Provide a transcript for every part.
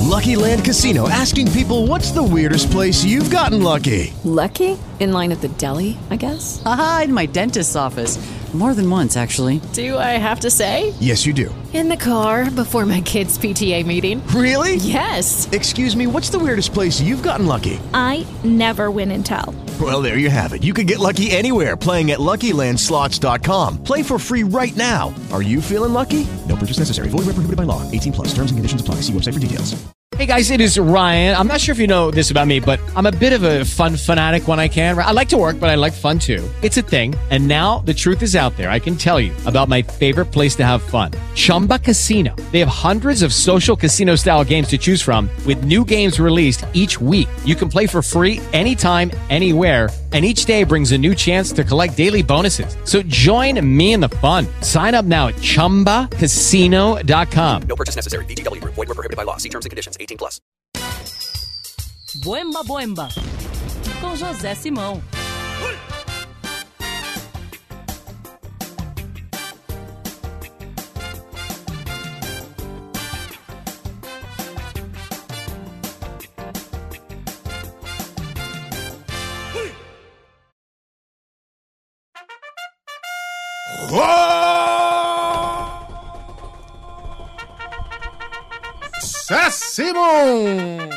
Lucky Land Casino, asking people, what's the weirdest place you've gotten lucky? Lucky? In line at the deli, I guess? Aha, in my dentist's office. More than once, actually. Do I have to say? Yes, you do. In the car before my kids' PTA meeting. Really? Yes. Excuse me, what's the weirdest place you've gotten lucky? I never win and tell. Well, there you have it. You can get lucky anywhere, playing at LuckyLandSlots.com. Play for free right now. Are you feeling lucky? No purchase necessary. Void where prohibited by law. 18 plus. Terms and conditions apply. See website for details. Hey guys, it is Ryan. I'm not sure if you know this about me, but I'm a bit of a fun fanatic when I can. I like to work, but I like fun too. It's a thing. And now the truth is out there. I can tell you about my favorite place to have fun. Chumba Casino. They have hundreds of social casino style games to choose from with new games released each week. You can play for free anytime, anywhere. And each day brings a new chance to collect daily bonuses. So join me in the fun. Sign up now at ChumbaCasino.com. No purchase necessary. VGW Group. Void where prohibited by law. See terms and conditions. 18 plus. Boemba Boemba, com José Simão. José Simão!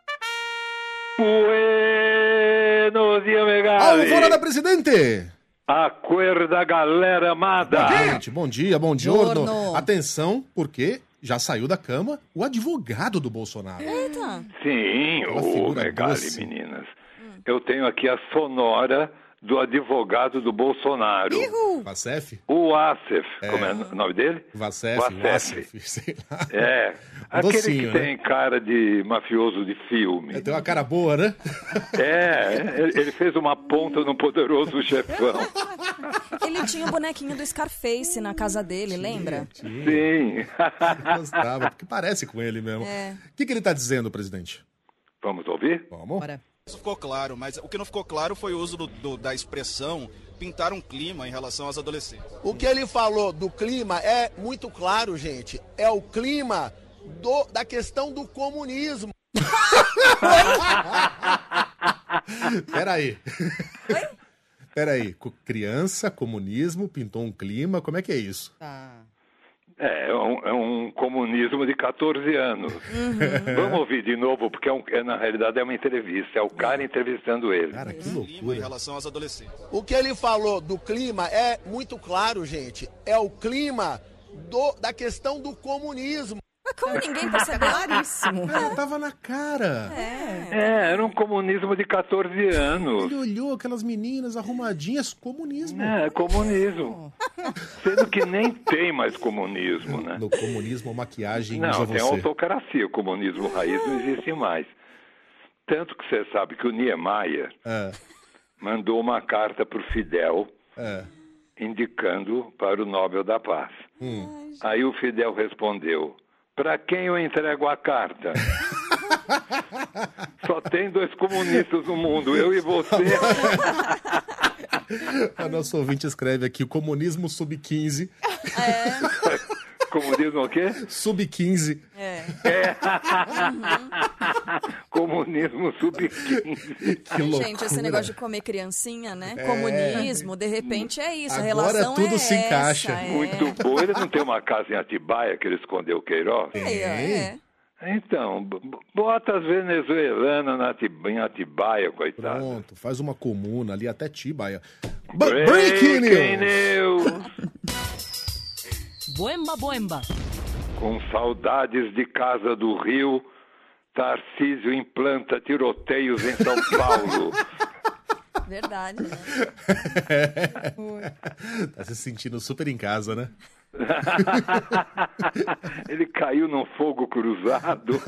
Buenos dias, Megali. Alvorada, presidente! Acorda, galera amada. Gente, bom dia, bom giorno. Atenção, porque já saiu da cama o advogado do Bolsonaro. Eita! Sim, o Megali, doce. meninas. Eu tenho aqui a sonora do advogado do Bolsonaro. Vacef? O Acef. Como é o nome dele? Vacef, sei lá. É. Aquele Docinho, que tem cara de mafioso de filme. Tem uma cara boa, né? Ele fez uma ponta no Poderoso Chefão. Ele tinha o bonequinho do Scarface na casa dele, lembra? Sim. Eu gostava, porque parece com ele mesmo. O que ele tá dizendo, presidente? Vamos ouvir? Vamos. Bora. Isso ficou claro, mas o que não ficou claro foi o uso da expressão pintar um clima em relação aos adolescentes. O que ele falou do clima é muito claro, gente. É o clima da questão do comunismo. Peraí. Peraí. Criança, comunismo, pintou um clima, como é que é isso? É um comunismo de 14 anos. Vamos ouvir de novo, porque na realidade é uma entrevista. É o cara entrevistando ele. Cara, que Clima loucura. em relação aos adolescentes. O que ele falou do clima é muito claro, gente. É o clima da questão do comunismo. Mas como ninguém percebeu? Claríssimo. Tava na cara. Era um comunismo de 14 anos. Ele olhou aquelas meninas arrumadinhas, comunismo. Comunismo. Sendo que nem tem mais comunismo, né? No comunismo, a maquiagem Não, usa tem você. autocracia. O comunismo raiz não existe mais. Tanto que você sabe que o Niemeyer mandou uma carta para o Fidel indicando para o Nobel da Paz. Aí o Fidel respondeu: para quem eu entrego a carta? Só tem 2 comunistas no mundo, eu e você. A nossa ouvinte escreve aqui, comunismo sub-15. Comunismo o quê? Sub-15. Comunismo sub-15. Que loucura. Gente, esse negócio de comer criancinha, né? Comunismo, de repente é isso. A Agora relação tudo é se essa, encaixa. Muito bom. Ele não tem uma casa em Atibaia que ele escondeu o Queiroz? Então, bota as venezuelanas em Atibaia, coitado. Pronto, faz uma comuna ali até Tibaia. Breaking News! Boemba Boemba. Com saudades de Casa do Rio, Tarcísio implanta tiroteios em São Paulo. Verdade, né? Tá se sentindo super em casa, né? Ele caiu num fogo cruzado.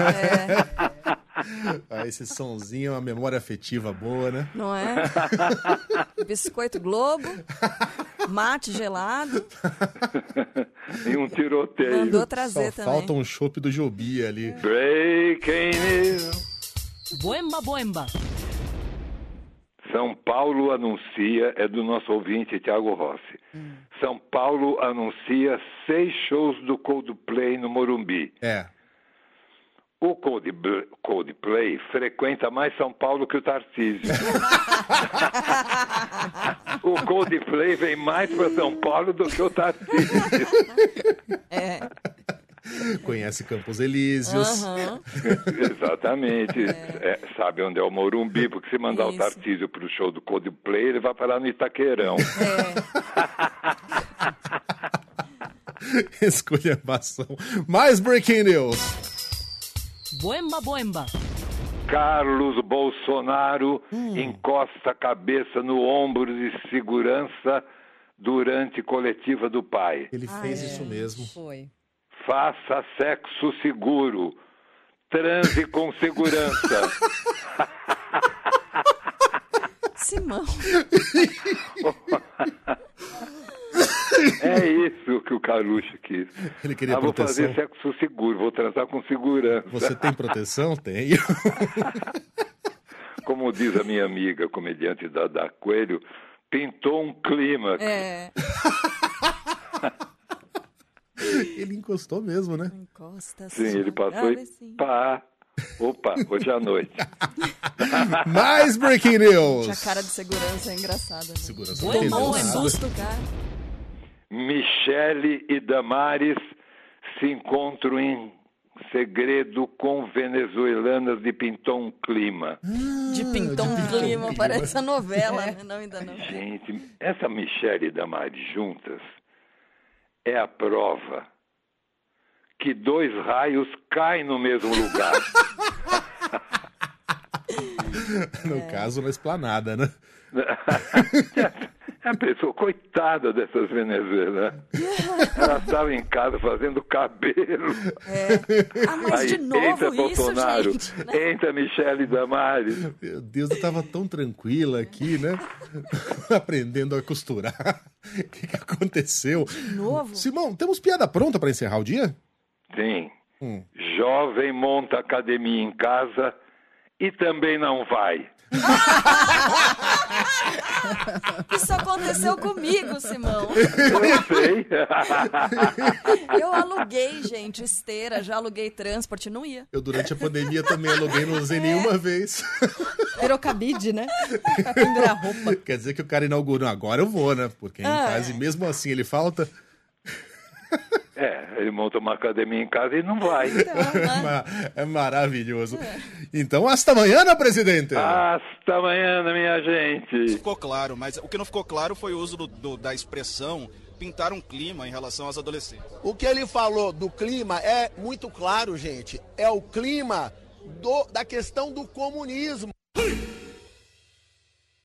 Esse sonzinho é uma memória afetiva boa, né? Não é? Biscoito Globo, mate gelado. E um tiroteio. Mandou trazer Só também. falta um chopp do Jobi ali. Breaking News. Boemba Boemba. São Paulo anuncia, é do nosso ouvinte Thiago Rossi. São Paulo anuncia 6 shows do Coldplay no Morumbi. O Coldplay frequenta mais São Paulo que o Tarcísio. O Coldplay vem mais para São Paulo do que o Tarcísio. Conhece Campos Elíseos. Exatamente. Sabe onde é o Morumbi, porque se mandar o Tarcísio para o show do Coldplay, ele vai parar no Itaquerão. Esculhambação. Mais breaking news. Boemba. Carlos Bolsonaro encosta a cabeça no ombro de segurança durante coletiva do pai. Ele fez isso mesmo. Foi. Faça sexo seguro. Transe com segurança. Simão. É isso que o Carluxo quis. Ele queria vou proteção. fazer sexo seguro, vou transar com segurança. Você tem proteção? Tenho. Como diz a minha amiga comediante Dada Coelho, pintou um clima. Ele encostou mesmo, né? Encosta. Sim, ele passou e pá. Opa, hoje à noite. Mais breaking news. A cara de segurança é engraçada. Né? Segurança Boa, susto, cara. Michele e Damares se encontram em segredo com venezuelanas de Pinton Clima. De Pinton Clima, parece a novela, né? Não, ainda não. Gente, essa Michele e Damares juntas é a prova que 2 raios caem no mesmo lugar. No caso, na esplanada, né? A pessoa, coitada dessas venezuelanas. Ela estava em casa fazendo cabelo. Mas aí de novo entra isso, Bolsonaro, gente, né? entra Michele Damares. Meu Deus, eu estava tão tranquila aqui, né? Aprendendo a costurar. O que aconteceu? De novo? Simão, temos piada pronta para encerrar o dia? Sim. Jovem monta academia em casa e também não vai. Isso aconteceu comigo, Simão. Eu sei. Eu aluguei, gente, esteira, já aluguei transporte, não ia. Eu, durante a pandemia, também aluguei, não usei nenhuma vez. Virou cabide, né? Pra pendurar roupa. Quer dizer que o cara inaugurou. Agora eu vou, né? Porque em casa, e mesmo assim ele falta. Ele monta uma academia em casa e não vai. Então, né? É maravilhoso. Então, hasta amanhã, presidente. Hasta amanhã, minha gente. Ficou claro, mas o que não ficou claro foi o uso da expressão pintar um clima em relação aos adolescentes. O que ele falou do clima é muito claro, gente. É o clima da questão do comunismo.